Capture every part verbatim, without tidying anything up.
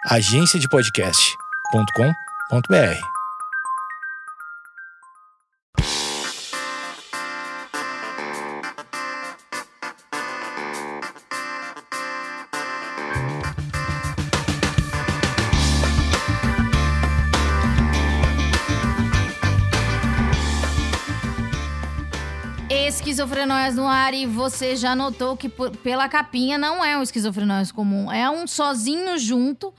agência de podcast ponto com ponto b r. Esquizofrenóias no ar, e você já notou que por, pela capinha não é um esquizofrenóias comum, é um sozinho junto.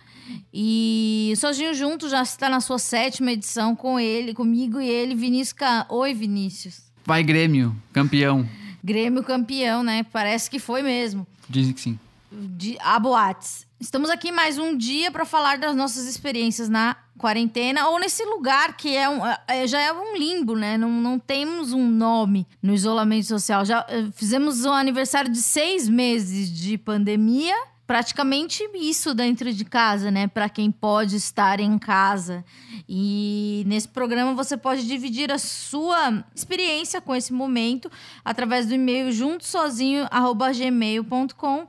E sozinho junto já está na sua sétima edição com ele, comigo e ele, Vinícius. Ca... Oi, Vinícius. Vai, Grêmio, campeão. Grêmio campeão, né? Parece que foi mesmo. Dizem que sim. De, a boates. Estamos aqui mais um dia para falar das nossas experiências na quarentena ou nesse lugar que é um, é, já é um limbo, né? Não, não temos um nome no isolamento social. Já uh, fizemos um aniversário de seis meses de pandemia. Praticamente isso dentro de casa, né? Para quem pode estar em casa. E nesse programa você pode dividir a sua experiência com esse momento através do e-mail juntosozinho arroba gmail ponto com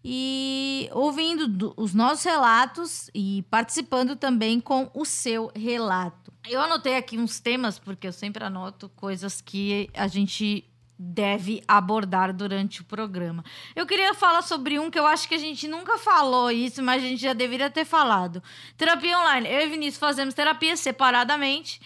e ouvindo do, os nossos relatos e participando também com o seu relato. Eu anotei aqui uns temas, porque eu sempre anoto coisas que a gente deve abordar durante o programa. Eu queria falar sobre um que eu acho que a gente nunca falou isso, mas a gente já deveria ter falado. Terapia online. Eu e Vinícius fazemos terapia separadamente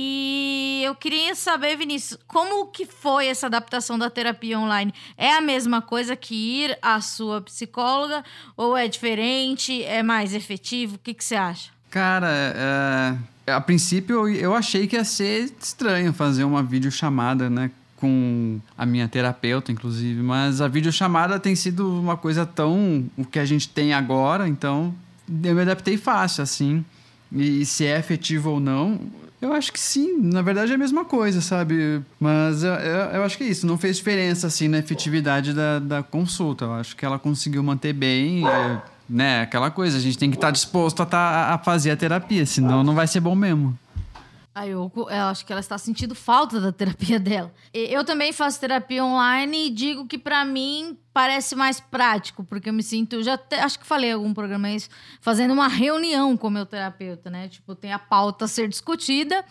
e eu queria saber, Vinícius, como que foi essa adaptação da terapia online? É a mesma coisa que ir à sua psicóloga ou é diferente? É mais efetivo? O que que você acha? Cara, é, a princípio eu achei que ia ser estranho fazer uma videochamada, né? Com a minha terapeuta, inclusive, mas a videochamada tem sido uma coisa tão... o que a gente tem agora, então eu me adaptei fácil, assim. E se é efetivo ou não, eu acho que sim, na verdade é a mesma coisa, sabe? Mas eu, eu, eu acho que é isso, não fez diferença, assim, na efetividade da, da consulta. Eu acho que ela conseguiu manter bem, é, né? Aquela coisa, a gente tem que estar disposto a, tá, a fazer a terapia, senão não vai ser bom mesmo. A Yoko, eu acho que ela está sentindo falta da terapia dela. Eu também faço terapia online e digo que pra mim parece mais prático, porque eu me sinto, já te, acho que falei em algum programa isso, fazendo uma reunião com o meu terapeuta, né? Tipo, tem a pauta a ser discutida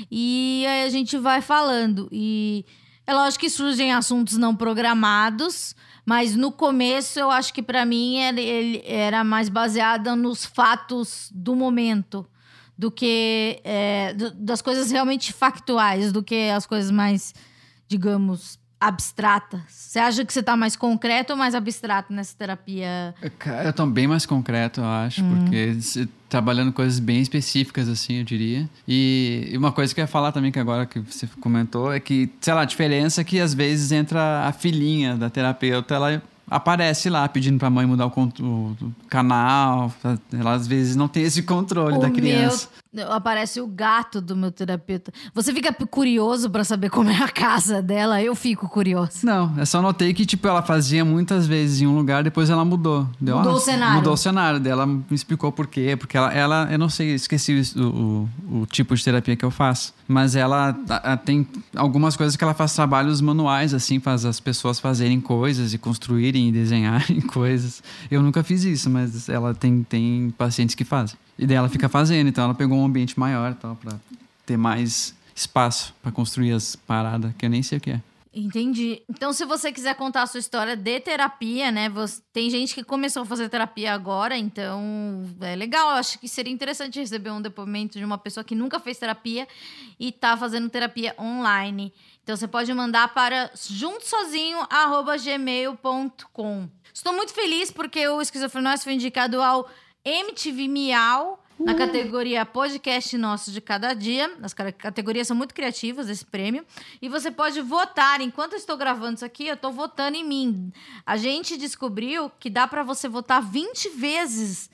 e aí a gente vai falando. E é lógico que surgem assuntos não programados, mas no começo eu acho que pra mim ele, ele era mais baseada nos fatos do momento, do que é, do, das coisas realmente factuais, do que as coisas mais, digamos, abstratas. Você acha que você está mais concreto ou mais abstrato nessa terapia? Eu tô bem mais concreto, eu acho, uhum. Porque trabalhando coisas bem específicas, assim, eu diria. E, e uma coisa que eu ia falar também, que agora que você comentou, é que, sei lá, a diferença é que às vezes entra a filhinha da terapeuta, ela aparece lá pedindo pra mãe mudar o, o, o canal. Ela às vezes não tem esse controle o da criança. Meu, aparece o gato do meu terapeuta. Você fica curioso pra saber como é a casa dela? Eu fico curioso. Não, eu só notei que tipo, ela fazia muitas vezes em um lugar, depois ela mudou. Deu mudou uma, o cenário. Mudou o cenário dela, ela me explicou por quê. Porque ela, ela eu não sei, esqueci o, o, o tipo de terapia que eu faço. Mas ela a, a, tem algumas coisas que ela faz trabalhos manuais, assim, faz as pessoas fazerem coisas e construírem e desenharem coisas. Eu nunca fiz isso, mas ela tem, tem pacientes que fazem. E daí ela fica fazendo, então ela pegou um ambiente maior e tal, pra ter mais espaço pra construir as paradas, que eu nem sei o que é. Entendi. Então, se você quiser contar a sua história de terapia, né? Você... Tem gente que começou a fazer terapia agora, então é legal. Eu acho que seria interessante receber um depoimento de uma pessoa que nunca fez terapia e tá fazendo terapia online. Então, você pode mandar para juntosozinho arroba gmail ponto com. Estou muito feliz porque o Esquizofrenóis foi indicado ao M T V Miau na categoria Podcast Nosso de Cada Dia. As categorias são muito criativas, esse prêmio. E você pode votar. Enquanto eu estou gravando isso aqui, eu estou votando em mim. A gente descobriu que dá para você votar vinte vezes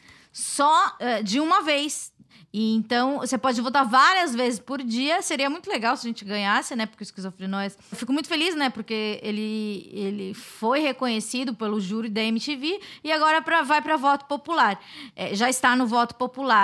só uh, de uma vez. E então, você pode votar várias vezes por dia. Seria muito legal se a gente ganhasse, né? Porque o Esquizofrenóis... Eu fico muito feliz, né? Porque ele, ele foi reconhecido pelo júri da M T V e agora pra, vai para voto popular. É, já está no voto popular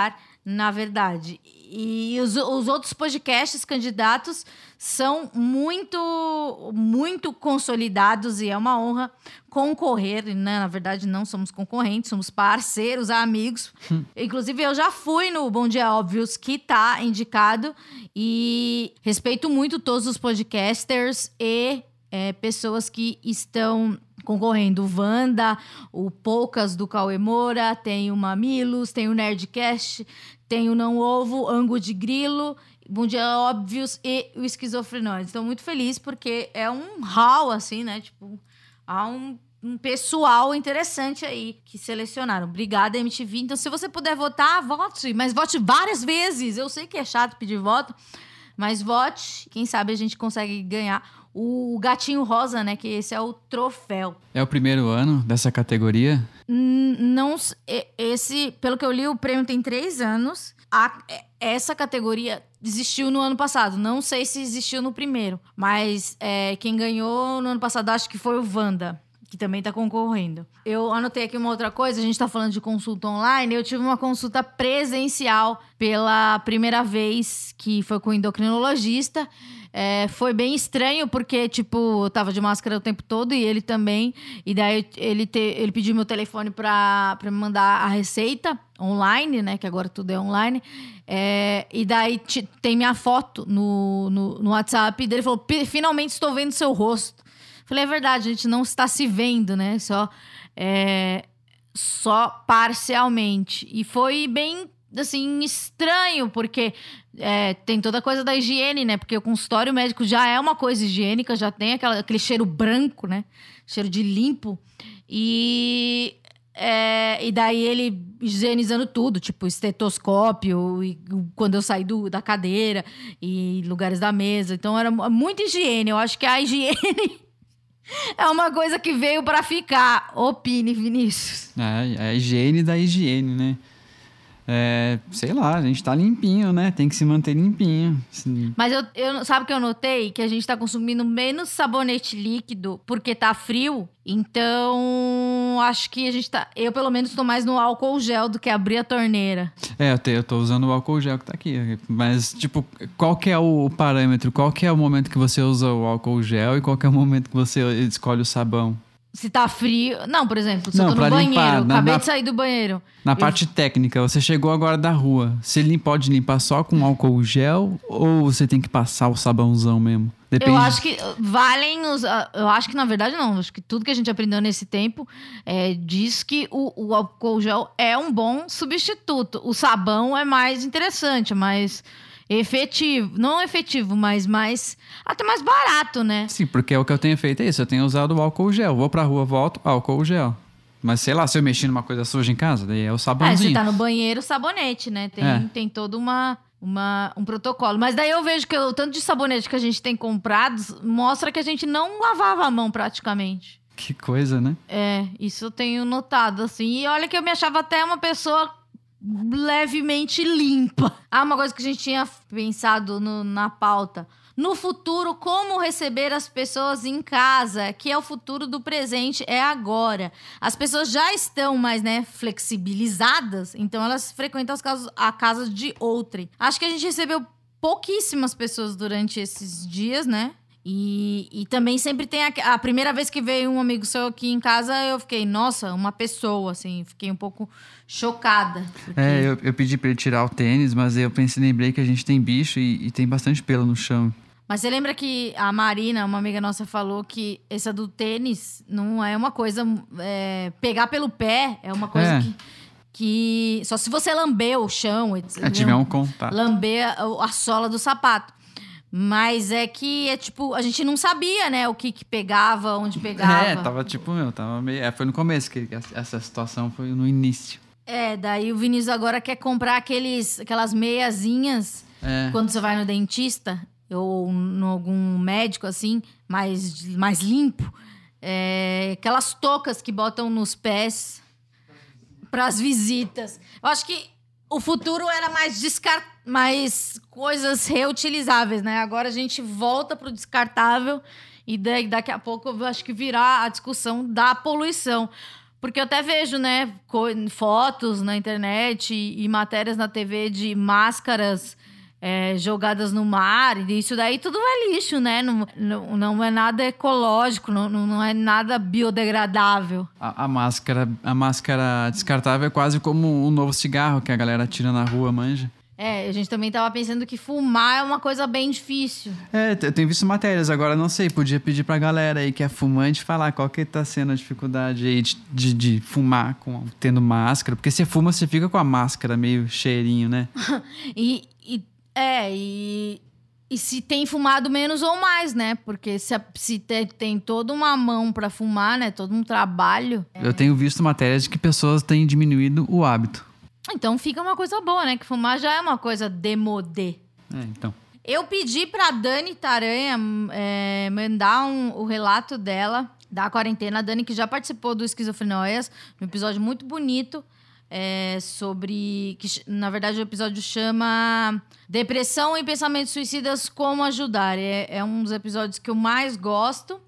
na verdade. E os, os outros podcasts candidatos são muito, muito consolidados e é uma honra concorrer, né? Na verdade, não somos concorrentes, somos parceiros, amigos. Hum. Inclusive, eu já fui no Bom Dia Óbvios, que tá indicado, e respeito muito todos os podcasters e é, pessoas que estão concorrendo. O Wanda, o Poucas do Cauê Moura, tem o Mamilos, tem o Nerdcast, tem o Não Ovo, Ângulo de Grilo, Bom Dia Óbvios e o Esquizofrenóide. Estou muito feliz porque é um hall, assim, né? Tipo, há um, um pessoal interessante aí que selecionaram. Obrigada, M T V. Então, se você puder votar, vote. Mas vote várias vezes. Eu sei que é chato pedir voto, mas vote. Quem sabe a gente consegue ganhar o Gatinho Rosa, né? Que esse é o troféu. É o primeiro ano dessa categoria? Não, esse, pelo que eu li, o prêmio tem três anos. A, essa categoria existiu no ano passado. Não sei se existiu no primeiro. Mas é, quem ganhou no ano passado, acho que foi o Wanda, que também tá concorrendo. Eu anotei aqui uma outra coisa. A gente tá falando de consulta online. Eu tive uma consulta presencial pela primeira vez, que foi com o endocrinologista. É, foi bem estranho, porque, tipo, eu tava de máscara o tempo todo e ele também. E daí ele, te, ele pediu meu telefone pra, pra me mandar a receita online, né? Que agora tudo é online. É, e daí te, tem minha foto no, no, no WhatsApp. E daí ele falou, finalmente estou vendo seu rosto. Falei, é verdade, a gente não está se vendo, né? Só, é, só parcialmente. E foi bem, assim, estranho, porque é, tem toda a coisa da higiene, né? Porque o consultório médico já é uma coisa higiênica, já tem aquela, aquele cheiro branco, né? Cheiro de limpo. E, é, e daí ele higienizando tudo, tipo estetoscópio, e quando eu saí do, da cadeira, e lugares da mesa. Então era muita higiene. Eu acho que a higiene é uma coisa que veio pra ficar. Opine, Vinícius. É, a higiene da higiene, né? É, sei lá, a gente tá limpinho, né? Tem que se manter limpinho. Sim. Mas eu, eu, sabe o que eu notei? Que a gente tá consumindo menos sabonete líquido porque tá frio. Então, acho que a gente tá... Eu, pelo menos, tô mais no álcool gel do que abrir a torneira. É, eu, te, eu tô usando o álcool gel que tá aqui. Mas, tipo, qual que é o parâmetro? Qual que é o momento que você usa o álcool gel e qual que é o momento que você escolhe o sabão? Se tá frio... Não, por exemplo, se Não, eu tô no banheiro, limpar, na, acabei na, de sair do banheiro. Na eu... parte técnica, você chegou agora da rua. Você pode limpar só com álcool gel ou você tem que passar o sabãozão mesmo? Depende. Eu acho que valem os... Eu acho que, na verdade, não. Acho que tudo que a gente aprendeu nesse tempo é, diz que o, o álcool gel é um bom substituto. O sabão é mais interessante, mais... efetivo, não efetivo, mas mais, até mais barato, né? Sim, porque é o que eu tenho feito, é isso, eu tenho usado o álcool gel, vou pra rua, volto, álcool gel. Mas sei lá, se eu mexer numa coisa suja em casa, daí é o sabãozinho. É, você tá no banheiro, sabonete, né? Tem, é. tem todo uma, uma, um protocolo. Mas daí eu vejo que o tanto de sabonete que a gente tem comprado mostra que a gente não lavava a mão praticamente. Que coisa, né? É, isso eu tenho notado, assim. E olha que eu me achava até uma pessoa levemente limpa. Ah, uma coisa que a gente tinha pensado no, na pauta. No futuro, como receber as pessoas em casa, que é o futuro do presente, é agora. As pessoas já estão mais, né, flexibilizadas, então elas frequentam as casas, a casa de outrem. Acho que a gente recebeu pouquíssimas pessoas durante esses dias, né? E, e também sempre tem a, a primeira vez que veio um amigo seu aqui em casa, eu fiquei, nossa, uma pessoa, assim, fiquei um pouco chocada. Porque... É, eu, eu pedi pra ele tirar o tênis, mas eu pensei, lembrei que a gente tem bicho e, e tem bastante pelo no chão. Mas você lembra que a Marina, uma amiga nossa, falou que essa do tênis não é uma coisa... É, pegar pelo pé é uma coisa é. que... que só se você lamber o chão... É, tiver um contato. Lamber a, a sola do sapato. Mas é que, é tipo, a gente não sabia, né, o que que pegava, onde pegava. É, tava tipo, meu, tava meio... É, foi no começo que essa situação foi no início. É, daí o Vinícius agora quer comprar aqueles, aquelas meiazinhas é. quando você vai no dentista ou em algum médico, assim, mais, mais limpo. É, aquelas toucas que botam nos pés pras visitas. Eu acho que o futuro era mais descart... mais coisas reutilizáveis, né? Agora a gente volta pro descartável e daí, daqui a pouco eu acho que virá a discussão da poluição. Porque eu até vejo, né, co- fotos na internet e, e matérias na T V de máscaras é, jogadas no mar. E isso daí tudo é lixo, né? Não, não, não é nada ecológico, não, não não é nada biodegradável. A, a máscara, a máscara descartável é quase como um novo cigarro que a galera tira na rua, manja. É, a gente também tava pensando que fumar é uma coisa bem difícil. É, eu tenho visto matérias, agora não sei, podia pedir pra galera aí que é fumante falar qual que tá sendo a dificuldade aí de, de, de fumar com, tendo máscara, porque você fuma, você fica com a máscara meio cheirinho, né? E, e é, e, e se tem fumado menos ou mais, né? Porque se, a- se te- tem toda uma mão pra fumar, né? Todo um trabalho. Eu tenho visto matérias de que pessoas têm diminuído o hábito. Então fica uma coisa boa, né? Que fumar já é uma coisa demodê. É, então. Eu pedi pra Dani Taranha é, mandar um- o relato dela da quarentena. A Dani, que já participou do Esquizofrenóias, um episódio muito bonito é, sobre... que ch- na verdade, o episódio chama Depressão e Pensamentos Suicidas, Como Ajudar. É, é um dos episódios que eu mais gosto.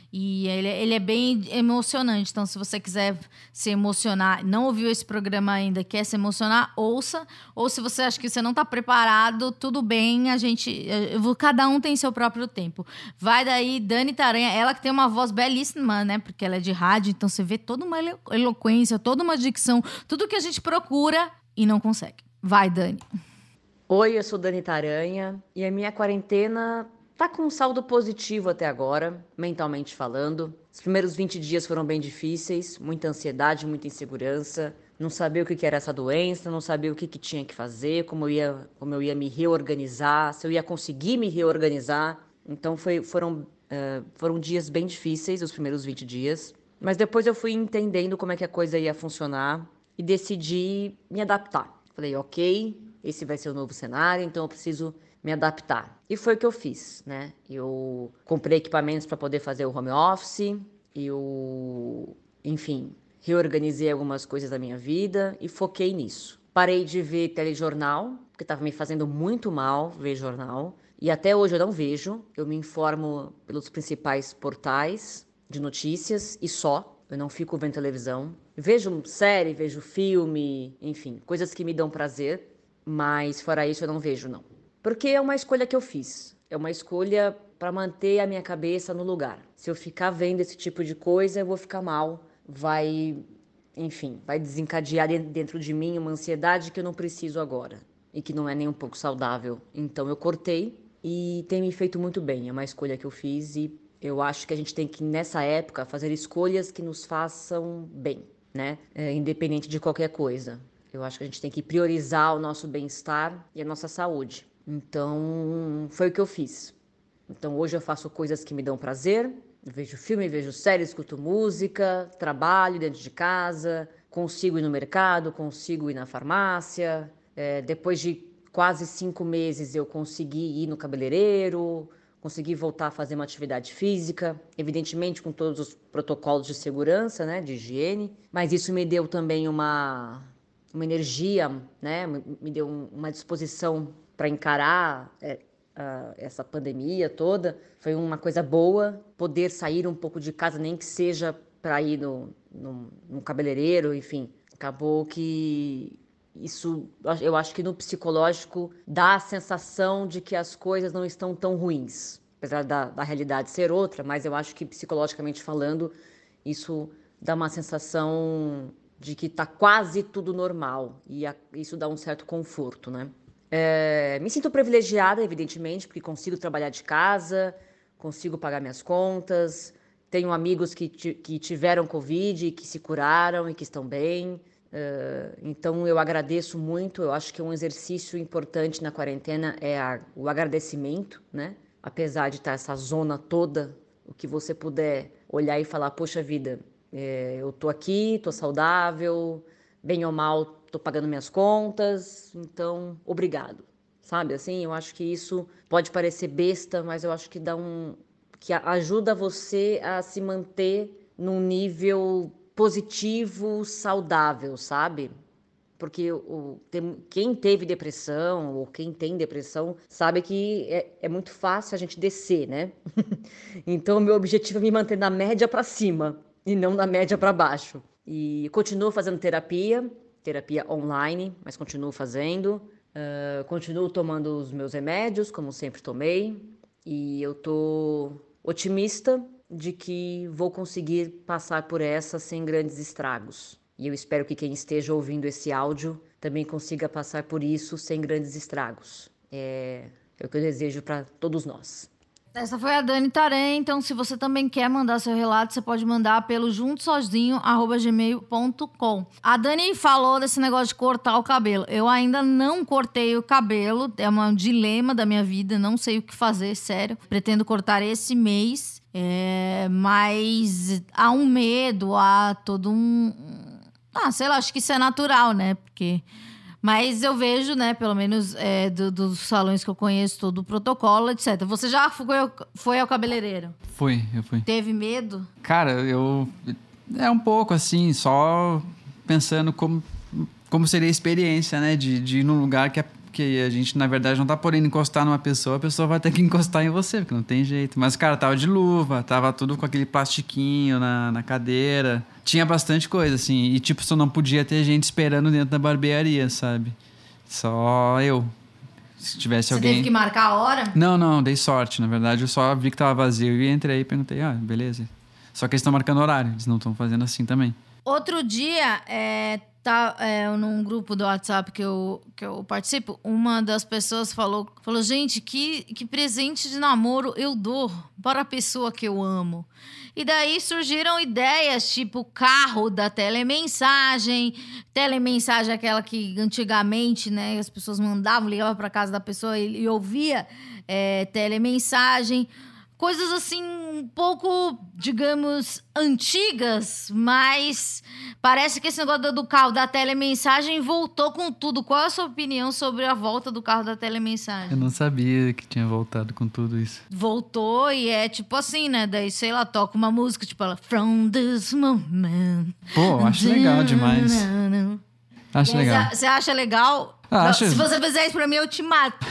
E ele, ele é bem emocionante. Então, se você quiser se emocionar, não ouviu esse programa ainda, quer se emocionar, ouça. Ou se você acha que você não está preparado, tudo bem, a gente... eu vou- cada um tem seu próprio tempo. Vai daí, Dani Taranha, ela que tem uma voz belíssima, né? Porque ela é de rádio, então você vê toda uma elo- eloquência, toda uma dicção, tudo que a gente procura e não consegue. Vai, Dani. Oi, eu sou Dani Taranha e a minha quarentena tá com um saldo positivo até agora, mentalmente falando. Os primeiros vinte dias foram bem difíceis, muita ansiedade, muita insegurança, não sabia o que que era essa doença, não sabia o que que tinha que fazer, como eu ia, como eu ia me reorganizar, se eu ia conseguir me reorganizar. Então foi, foram, eh, foram dias bem difíceis, os primeiros vinte dias. Mas depois eu fui entendendo como é que a coisa ia funcionar e decidi me adaptar. Falei, ok, esse vai ser o novo cenário, então eu preciso me adaptar. E foi o que eu fiz, né? Eu comprei equipamentos para poder fazer o home office, eu, enfim, reorganizei algumas coisas da minha vida e foquei nisso. Parei de ver telejornal, porque estava me fazendo muito mal ver jornal, e até hoje eu não vejo. Eu me informo pelos principais portais de notícias e só. Eu não fico vendo televisão. Vejo série, vejo filme, enfim, coisas que me dão prazer, mas fora isso eu não vejo, não. Porque é uma escolha que eu fiz. É uma escolha para manter a minha cabeça no lugar. Se eu ficar vendo esse tipo de coisa, eu vou ficar mal. Vai, enfim, vai desencadear dentro de mim uma ansiedade que eu não preciso agora. E que não é nem um pouco saudável. Então eu cortei e tem me feito muito bem. É uma escolha que eu fiz e eu acho que a gente tem que, nessa época, fazer escolhas que nos façam bem, né? É, independente de qualquer coisa. Eu acho que a gente tem que priorizar o nosso bem-estar e a nossa saúde. Então, foi o que eu fiz. Então, hoje eu faço coisas que me dão prazer. Eu vejo filme, vejo série, escuto música, trabalho dentro de casa, consigo ir no mercado, consigo ir na farmácia. É, depois de quase cinco meses, eu consegui ir no cabeleireiro, consegui voltar a fazer uma atividade física, evidentemente com todos os protocolos de segurança, né, de higiene. Mas isso me deu também uma, uma energia, né, me deu um- uma disposição para encarar é, a- essa pandemia toda. Foi uma coisa boa poder sair um pouco de casa, nem que seja para ir no, no, no cabeleireiro, enfim. Acabou que isso, eu acho que no psicológico dá a sensação de que as coisas não estão tão ruins. Apesar da, da realidade ser outra, mas eu acho que psicologicamente falando, isso dá uma sensação de que está quase tudo normal. E a- isso dá um certo conforto, né? É, me sinto privilegiada, evidentemente, porque consigo trabalhar de casa, consigo pagar minhas contas, tenho amigos que, ti- que tiveram Covid e que se curaram e que estão bem. É, então eu agradeço muito. Eu acho que um exercício importante na quarentena é a- o agradecimento, né? Apesar de estar essa zona toda, o que você puder olhar e falar, poxa vida, é, eu tô aqui, tô saudável, bem ou mal, tô pagando minhas contas, então, obrigado. Sabe, assim, eu acho que isso pode parecer besta, mas eu acho que dá um... que a- ajuda você a se manter num nível positivo, saudável, sabe? Porque o, tem- quem teve depressão ou quem tem depressão sabe que é, é muito fácil a gente descer, né? Então, o meu objetivo é me manter na média para cima e não na média para baixo. E continuo fazendo terapia, terapia online, mas continuo fazendo. Uh, continuo tomando os meus remédios, como sempre tomei. E eu tô otimista de que vou conseguir passar por essa sem grandes estragos. E eu espero que quem esteja ouvindo esse áudio também consiga passar por isso sem grandes estragos. É, é o que eu desejo para todos nós. Essa foi a Dani Taranha, então se você também quer mandar seu relato, você pode mandar pelo juntosozinho arroba gmail ponto com. A Dani falou desse negócio de cortar o cabelo. Eu ainda não cortei o cabelo, é um dilema da minha vida, não sei o que fazer, sério. Pretendo cortar esse mês, é, mas há um medo, há todo um... Ah, sei lá, acho que isso é natural, né? Porque... Mas eu vejo, né, pelo menos é, do, dos salões que eu conheço, todo o protocolo, etcétera. Você já foi ao, foi ao cabeleireiro? Fui, eu fui. Teve medo? Cara, eu... É um pouco assim, só pensando como, como seria a experiência, né? De, de ir num lugar que a, que a gente, na verdade, não tá podendo encostar numa pessoa, a pessoa vai ter que encostar em você, porque não tem jeito. Mas, cara, tava de luva, tava tudo com aquele plastiquinho na, na cadeira... Tinha bastante coisa, assim. E, tipo, só não podia ter gente esperando dentro da barbearia, sabe? Só eu. Se tivesse Você alguém... teve que marcar a hora? Não, não. Dei sorte. Na verdade, eu só vi que tava vazio e entrei e perguntei. Ah, beleza. Só que eles estão marcando horário. Eles não estão fazendo assim também. Outro dia, é, tá, é, num grupo do WhatsApp que eu, que eu participo, uma das pessoas falou, falou gente, que, que presente de namoro eu dou para a pessoa que eu amo. E daí surgiram ideias, tipo carro da telemensagem. Telemensagem é aquela que antigamente, né, as pessoas mandavam, ligavam para casa da pessoa e, e ouvia é, telemensagem. Coisas assim, um pouco, digamos, antigas, mas parece que esse negócio do carro da telemensagem voltou com tudo. Qual é a sua opinião sobre a volta do carro da telemensagem? Eu não sabia que tinha voltado com tudo isso. Voltou e é tipo assim, né? Daí, sei lá, toca uma música, tipo ela... From this moment... Pô, acho legal demais. Acho legal. Você acha legal? Ah, acho... Se você fizer isso pra mim, eu te mato.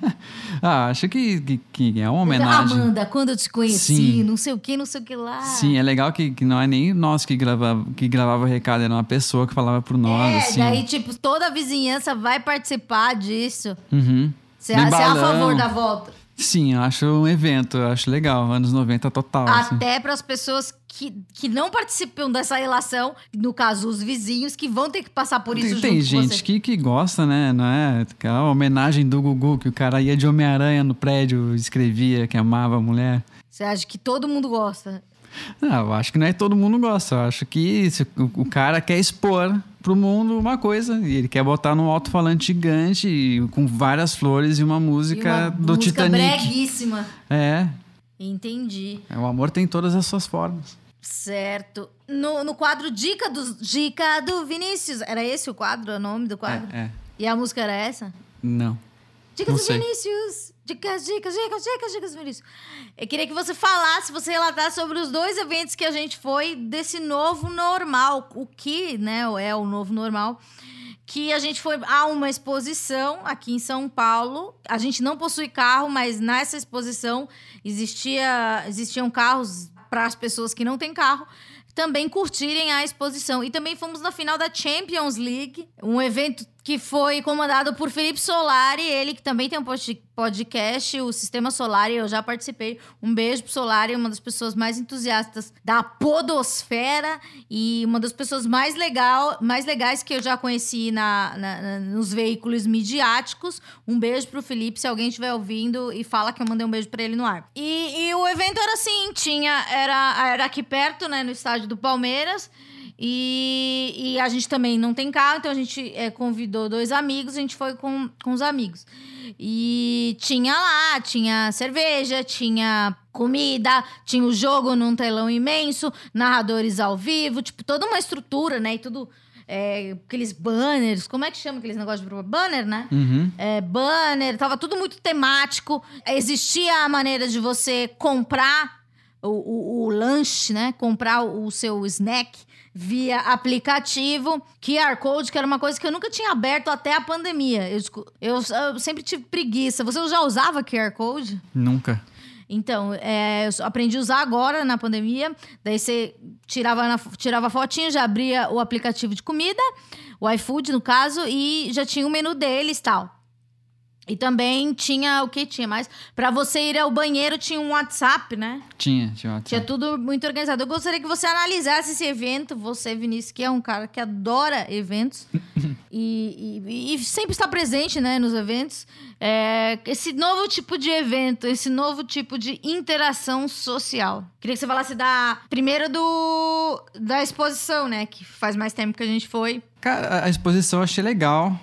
ah, acho que, que, que é uma homenagem. Amanda, quando eu te conheci, Sim. não sei o que, não sei o que lá. Sim, é legal que, que não é nem nós que gravava, que gravava o recado, era uma pessoa que falava por nós. É, assim. daí, tipo, toda a vizinhança vai participar disso. Uhum. Você é a favor da volta? Sim, eu acho um evento, eu acho legal. Anos noventa total. Até assim. para as pessoas que, que não participam dessa relação, no caso, os vizinhos, que vão ter que passar por isso tem, junto tem com gente você. que, que gosta, né? Não é? A homenagem do Gugu, que o cara ia de Homem-Aranha no prédio, escrevia que amava a mulher. Você acha que todo mundo gosta? Não, eu acho que não é todo mundo gosta. Eu acho que se o, o cara quer expor pro mundo uma coisa e ele quer botar num alto-falante gigante e, com várias flores e uma música e uma do música Titanic. breguíssima. É. Entendi. O amor tem todas as suas formas. Certo. No, no quadro Dica do, Dica do Vinícius. Era esse o quadro, o nome do quadro? É. é. E a música era essa? Não. Dica Não do sei. Vinícius. Dicas, dicas, dicas, dicas, dicas do Vinícius. Eu queria que você falasse, você relatasse sobre os dois eventos que a gente foi desse novo normal. O que, né, é o novo normal. Que a gente foi a uma exposição aqui em São Paulo. A gente não possui carro, mas nessa exposição existia, existiam carros para as pessoas que não têm carro também curtirem a exposição. E também fomos na final da Champions League, um evento que foi comandado por Felipe Solari, ele que também tem um podcast, o Sistema Solari, eu já participei. Um beijo pro Solari, uma das pessoas mais entusiastas da podosfera e uma das pessoas mais, legal, mais legais que eu já conheci na, na, na, nos veículos midiáticos. Um beijo pro Felipe, se alguém estiver ouvindo, e fala que eu mandei um beijo pra ele no ar. E, e o evento era assim, tinha, era, era aqui perto, né, no estádio do Palmeiras. E, e a gente também não tem carro, então a gente é, convidou dois amigos, a gente foi com, com os amigos. E tinha lá, tinha cerveja, tinha comida, tinha o jogo num telão imenso, narradores ao vivo, tipo, toda uma estrutura, né? E tudo, é, aqueles banners, como é que chama aqueles negócios de banner, né? Uhum. É, banner, tava tudo muito temático. Existia a maneira de você comprar o, o, o lanche, né? Comprar o, o seu snack via aplicativo, Q R Code, que era uma coisa que eu nunca tinha aberto até a pandemia. Eu, eu, eu sempre tive preguiça. Você já usava Q R Code? Nunca. Então, é, eu só aprendi a usar agora na pandemia. Daí você tirava, na, tirava a fotinho, já abria o aplicativo de comida, o iFood, no caso, e já tinha o menu deles e tal. E também tinha, o que tinha mais? Pra você ir ao banheiro, tinha um WhatsApp, né? Tinha, tinha um WhatsApp. Tinha tudo muito organizado. Eu gostaria que você analisasse esse evento. Você, Vinícius, que é um cara que adora eventos e, e, e sempre está presente, né, nos eventos. É, esse novo tipo de evento, esse novo tipo de interação social. Queria que você falasse da, primeiro do, da exposição, né? Que faz mais tempo que a gente foi. Cara, a exposição eu achei legal.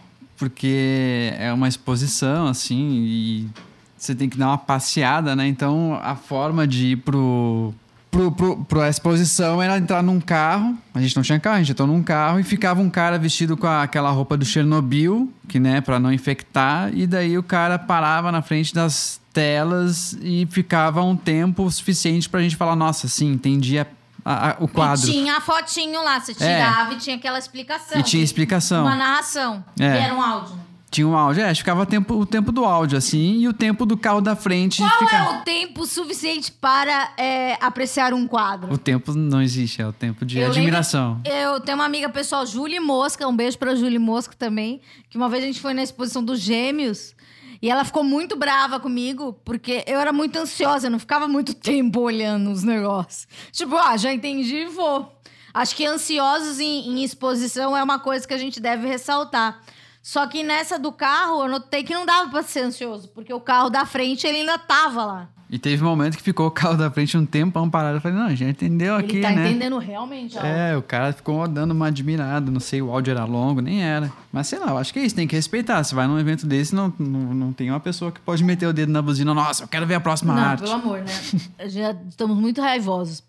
Porque é uma exposição, assim, e você tem que dar uma passeada, né? Então, a forma de ir pro, pro, pro, pro exposição era entrar num carro. A gente não tinha carro, a gente entrou num carro e ficava um cara vestido com a, aquela roupa do Chernobyl, que, né, pra não infectar. E daí o cara parava na frente das telas e ficava um tempo suficiente pra gente falar, nossa, sim, entendi a A, a, o quadro. E tinha a fotinho lá, você tirava é. e tinha aquela explicação. E tinha explicação. Uma narração. É. E era um áudio. Tinha um áudio, é, ficava o tempo, o tempo do áudio, assim, e o tempo do carro da frente. Qual fica... é o tempo suficiente para é, apreciar um quadro? O tempo não existe, é o tempo de eu admiração. Lembro, eu tenho uma amiga pessoal, Júlia Mosca, um beijo pra Júlia Mosca também, que uma vez a gente foi na exposição dos Gêmeos. E ela ficou muito brava comigo, porque eu era muito ansiosa, eu não ficava muito tempo olhando os negócios. Tipo, ah, já entendi e vou. Acho que ansiosos em, em exposição é uma coisa que a gente deve ressaltar. Só que nessa do carro, eu notei que não dava pra ser ansioso, porque o carro da frente, ele ainda tava lá. E teve um momento que ficou o carro da frente um tempão parado. Eu falei, não, já entendeu ele aqui, tá né? entendendo realmente. Ó. É, o cara ficou dando uma admirada. Não sei, o áudio era longo, nem era. Mas sei lá, eu acho que é isso, tem que respeitar. Se vai num evento desse, não, não, não tem uma pessoa que pode meter o dedo na buzina. Nossa, eu quero ver a próxima não, arte. Pelo amor, né? Já estamos muito raivosos.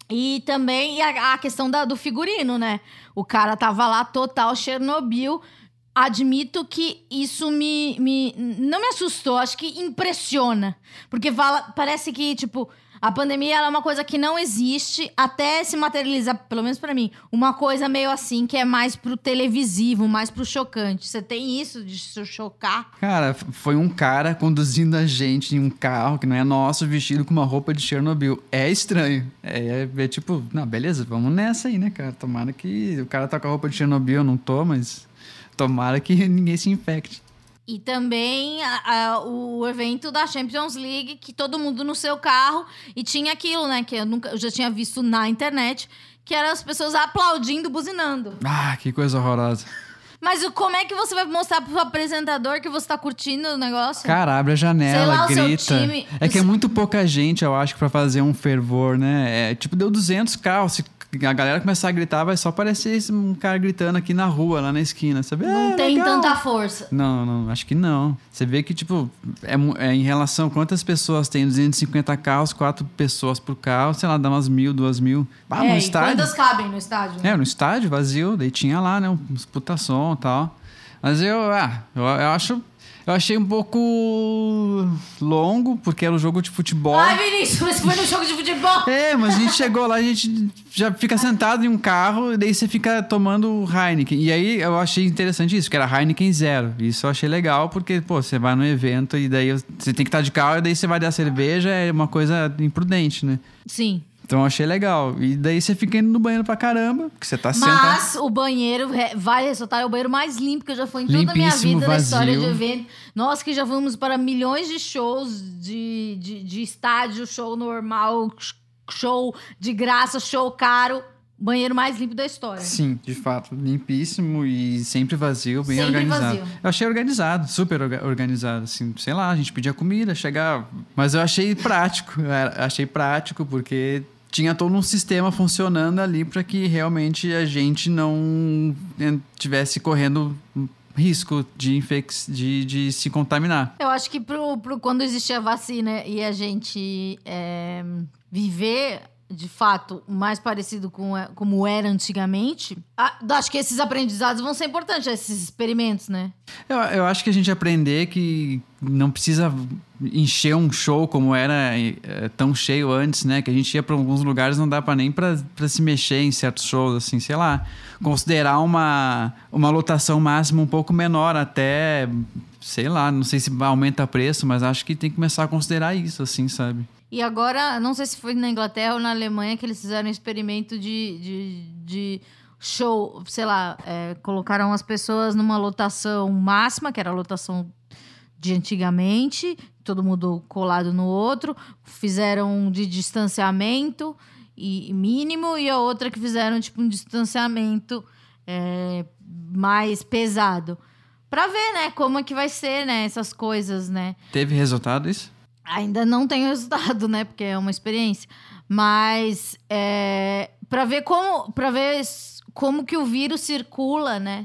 E também a, a questão da, do figurino, né? O cara tava lá total Chernobyl. Admito que isso me, me... não me assustou, acho que impressiona. Porque fala, parece que, tipo, a pandemia ela é uma coisa que não existe até se materializar, pelo menos pra mim, uma coisa meio assim, que é mais pro televisivo, mais pro chocante. Você tem isso de se chocar? Cara, foi um cara conduzindo a gente em um carro que não é nosso, vestido com uma roupa de Chernobyl. É estranho. É, é, é tipo, não, beleza, vamos nessa aí, né, cara? Tomara que o cara tá com a roupa de Chernobyl, eu não tô, mas... Tomara que ninguém se infecte. E também a, a, o evento da Champions League, que todo mundo no seu carro. E tinha aquilo, né? Que eu, nunca, eu já tinha visto na internet. Que eram as pessoas aplaudindo, buzinando. Ah, que coisa horrorosa. Mas o, como é que você vai mostrar pro apresentador que você tá curtindo o negócio? Cara, abre a janela, lá, grita. O seu time, é que é muito pouca gente, eu acho, pra fazer um fervor, né? É, tipo, deu duzentos carros. Se a galera começar a gritar, vai só parecer um cara gritando aqui na rua, lá na esquina, sabe? Não é, tem legal. tanta força. Não, não, acho que não. Você vê que, tipo, é, é em relação a quantas pessoas tem, duzentos e cinquenta carros, quatro pessoas por carro, sei lá, dá umas mil, duas mil. Ah, é, no e estádio. quantas cabem no estádio? É, no estádio, vazio, daí tinha lá, né, uns putação e tal. Mas eu, ah, eu, eu acho... Eu achei um pouco longo, porque era um jogo de futebol. Ai, Vinícius, você foi no jogo de futebol? É, mas a gente chegou lá, a gente já fica sentado em um carro, e daí você fica tomando Heineken. E aí eu achei interessante isso, que era Heineken zero. Isso eu achei legal, porque, pô, você vai no evento e daí você tem que estar de carro, e daí você vai dar cerveja, é uma coisa imprudente, né? Sim. Então eu achei legal. E daí você fica indo no banheiro pra caramba, porque você tá sentado. Mas o banheiro, vai ressaltar, é o banheiro mais limpo que eu já fui em toda a minha vida, vazio. na história de evento. Nós que já fomos para milhões de shows de, de, de estádio, show normal, show de graça, show caro. Banheiro mais limpo da história. Sim, de fato. Limpíssimo e sempre vazio, bem sempre organizado. Vazio. Eu achei organizado, super organizado. Assim, sei lá, a gente pedia comida, chegava. Mas eu achei prático. Eu achei prático porque tinha todo um sistema funcionando ali para que realmente a gente não tivesse correndo risco de, infec- de, de se contaminar. Eu acho que pro, pro, quando existia a vacina e a gente é, viver... de fato, mais parecido com como era antigamente, acho que esses aprendizados vão ser importantes, esses experimentos, né? Eu, eu acho que a gente aprender que não precisa encher um show como era é, tão cheio antes, né? Que a gente ia para alguns lugares, não dá para nem para se mexer em certos shows, assim, sei lá. Considerar uma, uma lotação máxima um pouco menor até, sei lá, não sei se aumenta preço, mas acho que tem que começar a considerar isso, assim, sabe? E agora, não sei se foi na Inglaterra ou na Alemanha que eles fizeram um experimento de, de, de show, sei lá, é, colocaram as pessoas numa lotação máxima, que era a lotação de antigamente, todo mundo colado no outro, fizeram de distanciamento e mínimo, e a outra que fizeram tipo um distanciamento é, mais pesado. Pra ver, né, como é que vai ser, né, essas coisas, né. Teve resultado isso? Ainda não tem resultado, né, porque é uma experiência. Mas é, pra ver como, pra ver como que o vírus circula, né,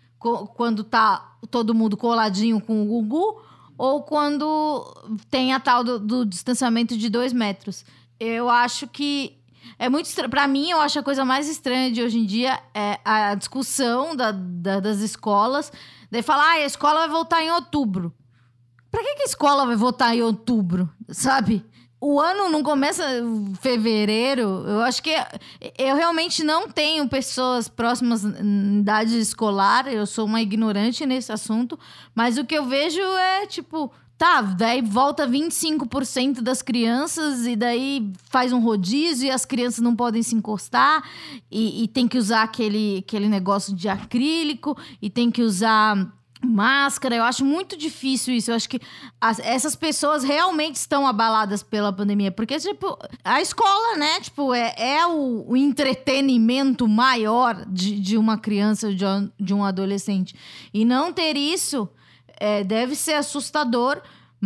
quando tá todo mundo coladinho com o Gugu, ou quando tem a tal do, do distanciamento de dois metros. Eu acho que é muito estranho. Pra mim, eu acho a coisa mais estranha de hoje em dia é a discussão da, da, das escolas. Daí falar, ah, a escola vai voltar em outubro. Pra que, que a escola vai voltar em outubro, sabe? O ano não começa em fevereiro. Eu acho que... Eu realmente não tenho pessoas próximas em idade escolar. Eu sou uma ignorante nesse assunto. Mas o que eu vejo é, tipo... Tá, daí volta vinte e cinco por cento das crianças e daí faz um rodízio e as crianças não podem se encostar e, e tem que usar aquele, aquele negócio de acrílico e tem que usar máscara. Eu acho muito difícil isso. Eu acho que as, essas pessoas realmente estão abaladas pela pandemia. Porque, tipo, a escola, né? Tipo, é, é o, o entretenimento maior de, de uma criança, de, de um adolescente. E não ter isso... É, deve ser assustador,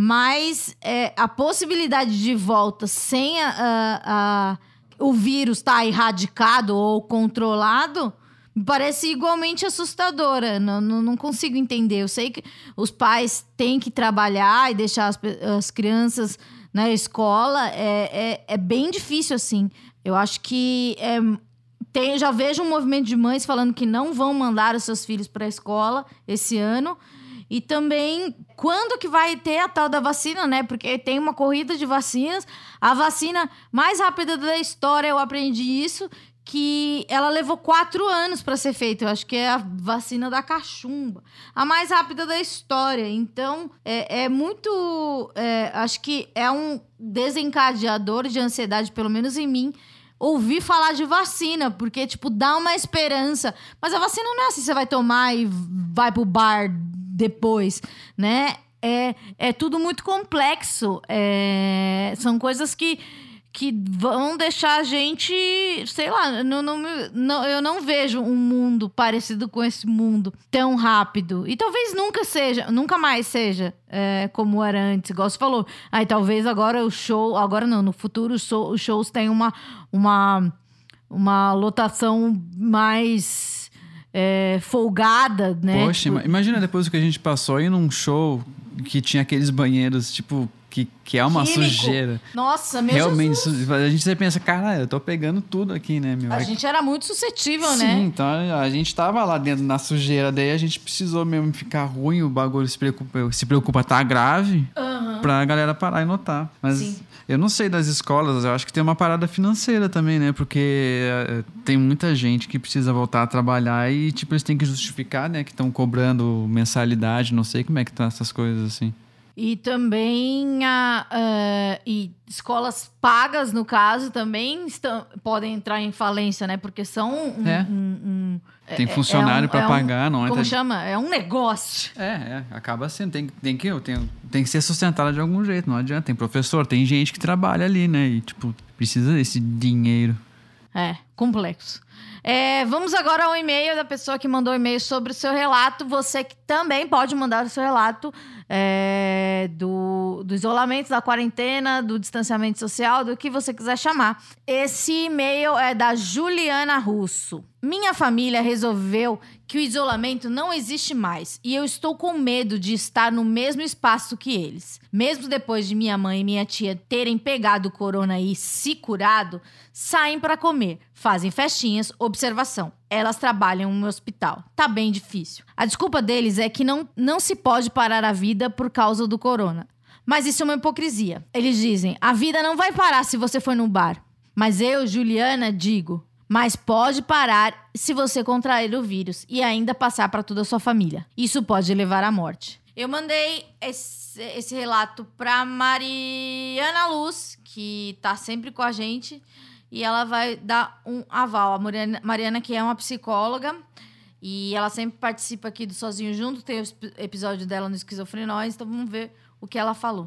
mas é, a possibilidade de volta sem a, a, a, o vírus estar tá erradicado ou controlado me parece igualmente assustadora. Não, não, não consigo entender. Eu sei que os pais têm que trabalhar e deixar as, as crianças na escola. É, é, é bem difícil, assim. Eu acho que... É, tem, já vejo um movimento de mães falando que não vão mandar os seus filhos para a escola esse ano. E também, quando que vai ter a tal da vacina, né? Porque tem uma corrida de vacinas. A vacina mais rápida da história, eu aprendi isso, que ela levou quatro anos para ser feita. Eu acho que é a vacina da cachumba. A mais rápida da história. Então, é, é muito... É, acho que é um desencadeador de ansiedade, pelo menos em mim, ouvir falar de vacina, porque, tipo, dá uma esperança. Mas a vacina não é assim, você vai tomar e vai pro bar depois, né? É, é tudo muito complexo. É, são coisas que, que vão deixar a gente... Sei lá, não, não, não, eu não vejo um mundo parecido com esse mundo tão rápido. E talvez nunca seja, nunca mais seja é, como era antes, igual você falou. Aí talvez agora o show... Agora não, no futuro show, os shows tenham uma, uma, uma lotação mais... É, folgada, né? Poxa, tipo... imagina depois o que a gente passou aí num show que tinha aqueles banheiros, tipo, que, que é uma Químico. Sujeira. Nossa, meu Realmente, Jesus. A gente sempre pensa, cara, eu tô pegando tudo aqui, né, meu? A gente era muito suscetível, Sim, né? Sim, então a gente tava lá dentro na sujeira, daí a gente precisou mesmo ficar ruim, o bagulho se preocupa, se preocupa tá grave, uhum. Pra galera parar e notar. Mas Sim. Eu não sei das escolas, eu acho que tem uma parada financeira também, né? Porque tem muita gente que precisa voltar a trabalhar e, tipo, eles têm que justificar, né? Que estão cobrando mensalidade, não sei como é que tá essas coisas, assim. E também a, uh, e escolas pagas, no caso, também estão, podem entrar em falência, né? Porque são um... É. um, um tem funcionário é um, para é pagar, um, não é? Como chama? É um negócio. É, é, acaba sendo. Tem, tem, que, tem, tem que ser sustentado de algum jeito, não adianta. Tem professor, tem gente que trabalha ali, né? E, tipo, precisa desse dinheiro. É, complexo. É, vamos agora ao e-mail da pessoa que mandou o e-mail sobre o seu relato. Você que também pode mandar o seu relato é, do, do isolamento, da quarentena, do distanciamento social, do que você quiser chamar. Esse e-mail é da Juliana Russo. Minha família resolveu que o isolamento não existe mais e eu estou com medo de estar no mesmo espaço que eles. Mesmo depois de minha mãe e minha tia terem pegado o corona e se curado, saem para comer, fazem festinhas, observação. Elas trabalham no hospital. Tá bem difícil. A desculpa deles é que não, não se pode parar a vida por causa do corona. Mas isso é uma hipocrisia. Eles dizem, a vida não vai parar se você for no bar. Mas eu, Juliana, digo... Mas pode parar se você contrair o vírus e ainda passar para toda a sua família. Isso pode levar à morte. Eu mandei esse, esse relato pra Mariana Luz, que tá sempre com a gente, e ela vai dar um aval. A Mariana, Mariana, que é uma psicóloga, e ela sempre participa aqui do Sozinho Junto, tem o episódio dela no Esquizofrenóis, então vamos ver o que ela falou.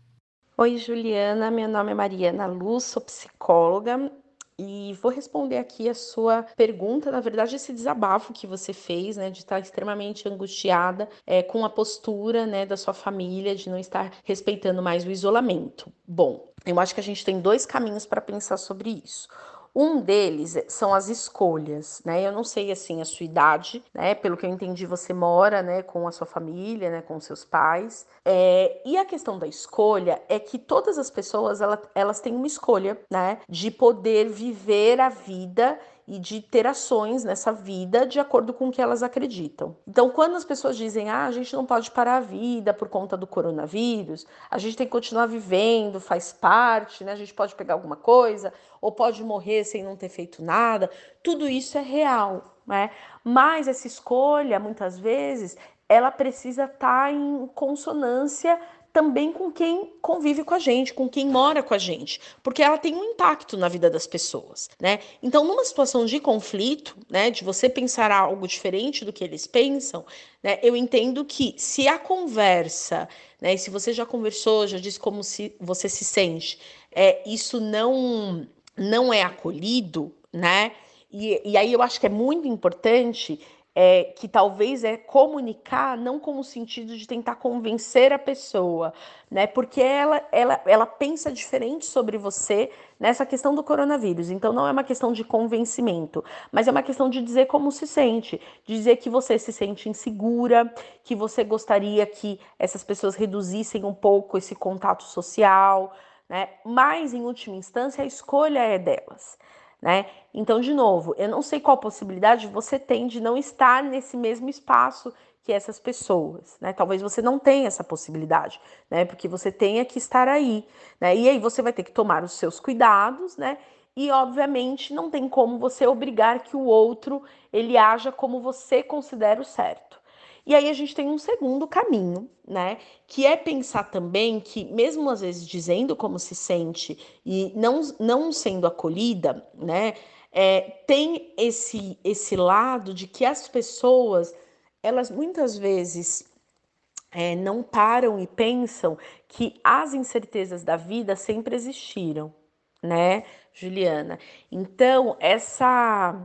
Oi, Juliana, meu nome é Mariana Luz, sou psicóloga e vou responder aqui a sua pergunta, na verdade esse desabafo que você fez, né, de estar extremamente angustiada é, com a postura, né, da sua família, de não estar respeitando mais o isolamento. Bom, eu acho que a gente tem dois caminhos para pensar sobre isso. Um deles são as escolhas, né? Eu não sei, assim, a sua idade, né? Pelo que eu entendi, você mora, né, com a sua família, né, com seus pais. É, e a questão da escolha é que todas as pessoas, elas, elas têm uma escolha, né, de poder viver a vida e de ter ações nessa vida de acordo com o que elas acreditam. Então, quando as pessoas dizem, ah, a gente não pode parar a vida por conta do coronavírus, a gente tem que continuar vivendo, faz parte, né? A gente pode pegar alguma coisa, ou pode morrer sem não ter feito nada, tudo isso é real, né? Mas essa escolha, muitas vezes, ela precisa estar em consonância também com quem convive com a gente, com quem mora com a gente, porque ela tem um impacto na vida das pessoas, né? Então, numa situação de conflito, né, de você pensar algo diferente do que eles pensam, né, eu entendo que se a conversa, né, e se você já conversou, já disse como se você se sente, é, isso não, não é acolhido, né? E, e aí eu acho que é muito importante É, que talvez é comunicar, não com o sentido de tentar convencer a pessoa, né? Porque ela, ela, ela pensa diferente sobre você nessa questão do coronavírus. Então não é uma questão de convencimento, mas é uma questão de dizer como se sente, de dizer que você se sente insegura, que você gostaria que essas pessoas reduzissem um pouco esse contato social, né? Mas, em última instância, a escolha é delas. Né? Então, de novo, eu não sei qual possibilidade você tem de não estar nesse mesmo espaço que essas pessoas, né? Talvez você não tenha essa possibilidade, né? Porque você tenha que estar aí, né? E aí você vai ter que tomar os seus cuidados, né? E, obviamente, não tem como você obrigar que o outro ele haja como você considera o certo. E aí a gente tem um segundo caminho, né? Que é pensar também que, mesmo às vezes dizendo como se sente e não, não sendo acolhida, né? É, tem esse, esse lado de que as pessoas, elas muitas vezes é, não param e pensam que as incertezas da vida sempre existiram, né, Juliana? Então, essa...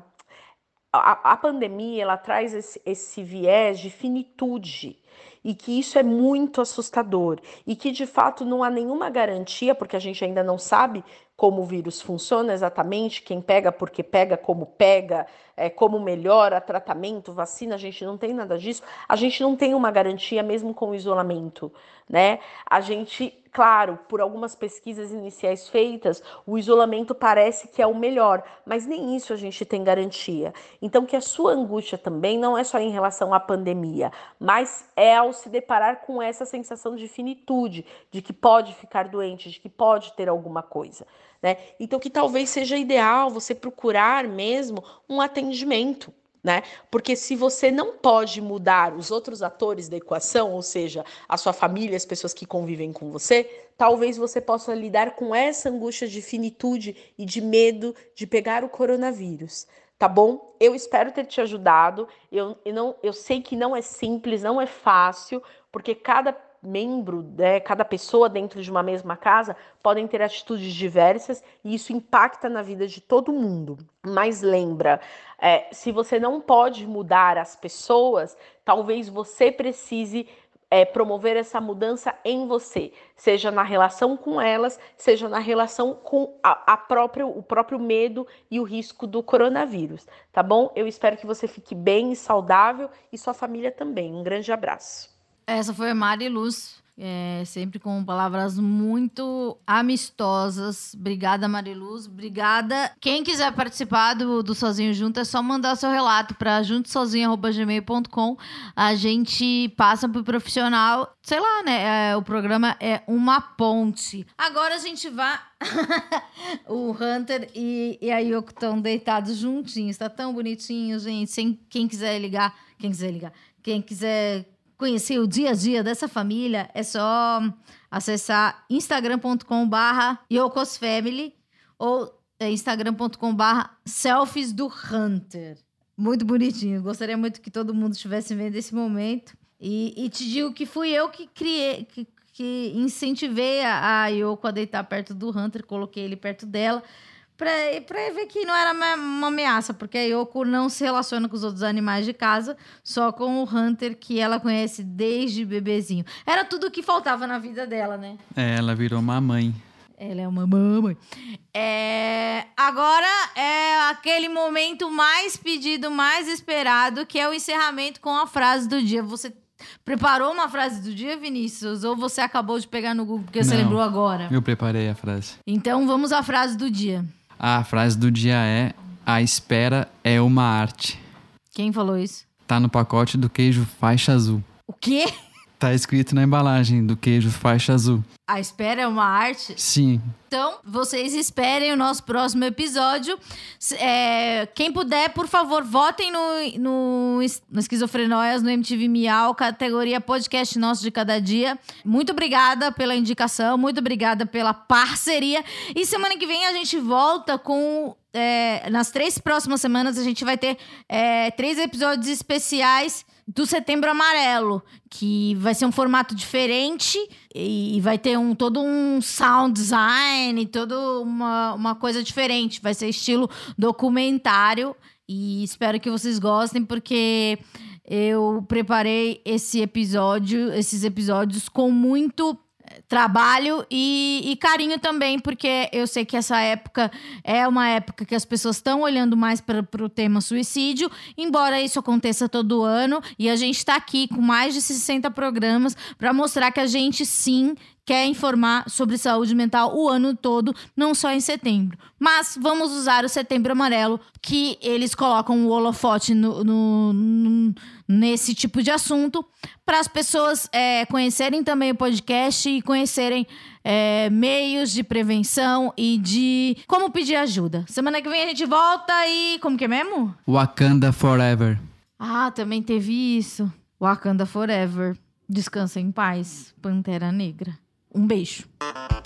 A, a pandemia, ela traz esse, esse viés de finitude e que isso é muito assustador e que de fato não há nenhuma garantia, porque a gente ainda não sabe como o vírus funciona exatamente, quem pega porque pega, como pega, é, como melhora, tratamento, vacina, a gente não tem nada disso, a gente não tem uma garantia mesmo com o isolamento, né? A gente, claro, por algumas pesquisas iniciais feitas, o isolamento parece que é o melhor, mas nem isso a gente tem garantia. Então, que a sua angústia também não é só em relação à pandemia, mas é ao se deparar com essa sensação de finitude, de que pode ficar doente, de que pode ter alguma coisa, né? Então, que talvez seja ideal você procurar mesmo um atendimento, né? Porque se você não pode mudar os outros atores da equação, ou seja, a sua família, as pessoas que convivem com você, talvez você possa lidar com essa angústia de finitude e de medo de pegar o coronavírus. Tá bom? Eu espero ter te ajudado. Eu, eu, não, eu sei que não é simples, não é fácil, porque cada membro, né, cada pessoa dentro de uma mesma casa podem ter atitudes diversas e isso impacta na vida de todo mundo. Mas lembra, é, se você não pode mudar as pessoas, talvez você precise É, promover essa mudança em você, seja na relação com elas, seja na relação com a, a própria, o próprio medo e o risco do coronavírus, tá bom? Eu espero que você fique bem e saudável e sua família também. Um grande abraço. Essa foi a Mari Luz, é, sempre com palavras muito amistosas. Obrigada, Mariluz. Obrigada. Quem quiser participar do, do Sozinho Junto, é só mandar seu relato para juntosozinho arroba gmail ponto com. A gente passa pro profissional, sei lá, né? É, o programa é uma ponte. Agora a gente vai... o Hunter e, e a Yoko estão deitados juntinhos. Tá tão bonitinho, gente. Sem, quem quiser ligar... Quem quiser ligar... Quem quiser... conhecer o dia a dia dessa família, é só acessar instagram ponto com barra yokosfamily ou instagram ponto com barra selfies do Hunter. Muito bonitinho. Gostaria muito que todo mundo estivesse vendo esse momento. E, e te digo que fui eu que criei, que, que incentivei a, a Yoko a deitar perto do Hunter, coloquei ele perto dela, pra, pra ver que não era uma, uma ameaça, porque a Yoko não se relaciona com os outros animais de casa, só com o Hunter, que ela conhece desde bebezinho. Era tudo o que faltava na vida dela, né? É, ela virou uma mãe. Ela é uma mamãe. É... Agora é aquele momento mais pedido, mais esperado, que é o encerramento com a frase do dia. Você preparou uma frase do dia, Vinícius? Ou você acabou de pegar no Google porque Não, você lembrou agora? Eu preparei a frase. Então vamos à frase do dia. A frase do dia é: a espera é uma arte. Quem falou isso? Tá no pacote do queijo faixa azul. O quê? Tá escrito na embalagem do queijo faixa azul. A espera é uma arte? Sim. Então, vocês esperem o nosso próximo episódio. É, quem puder, por favor, votem no, no, no Esquizofrenóias, no M T V Miau, categoria podcast nosso de cada dia. Muito obrigada pela indicação, muito obrigada pela parceria. E semana que vem a gente volta com... É, nas três próximas semanas a gente vai ter é, três episódios especiais do Setembro Amarelo, que vai ser um formato diferente e vai ter um, todo um sound design, toda uma, uma coisa diferente. Vai ser estilo documentário e espero que vocês gostem, porque eu preparei esse episódio, esses episódios com muito trabalho e, e carinho também, porque eu sei que essa época é uma época que as pessoas estão olhando mais para o tema suicídio, embora isso aconteça todo ano, e a gente está aqui com mais de sessenta programas para mostrar que a gente sim quer informar sobre saúde mental o ano todo, não só em setembro. Mas vamos usar o Setembro Amarelo, que eles colocam o holofote no, no, no, nesse tipo de assunto, para as pessoas é, conhecerem também o podcast e conhecerem é, meios de prevenção e de como pedir ajuda. Semana que vem a gente volta e... Como que é mesmo? Wakanda Forever. Ah, também teve isso. Wakanda Forever. Descansa em paz, Pantera Negra. Um beijo.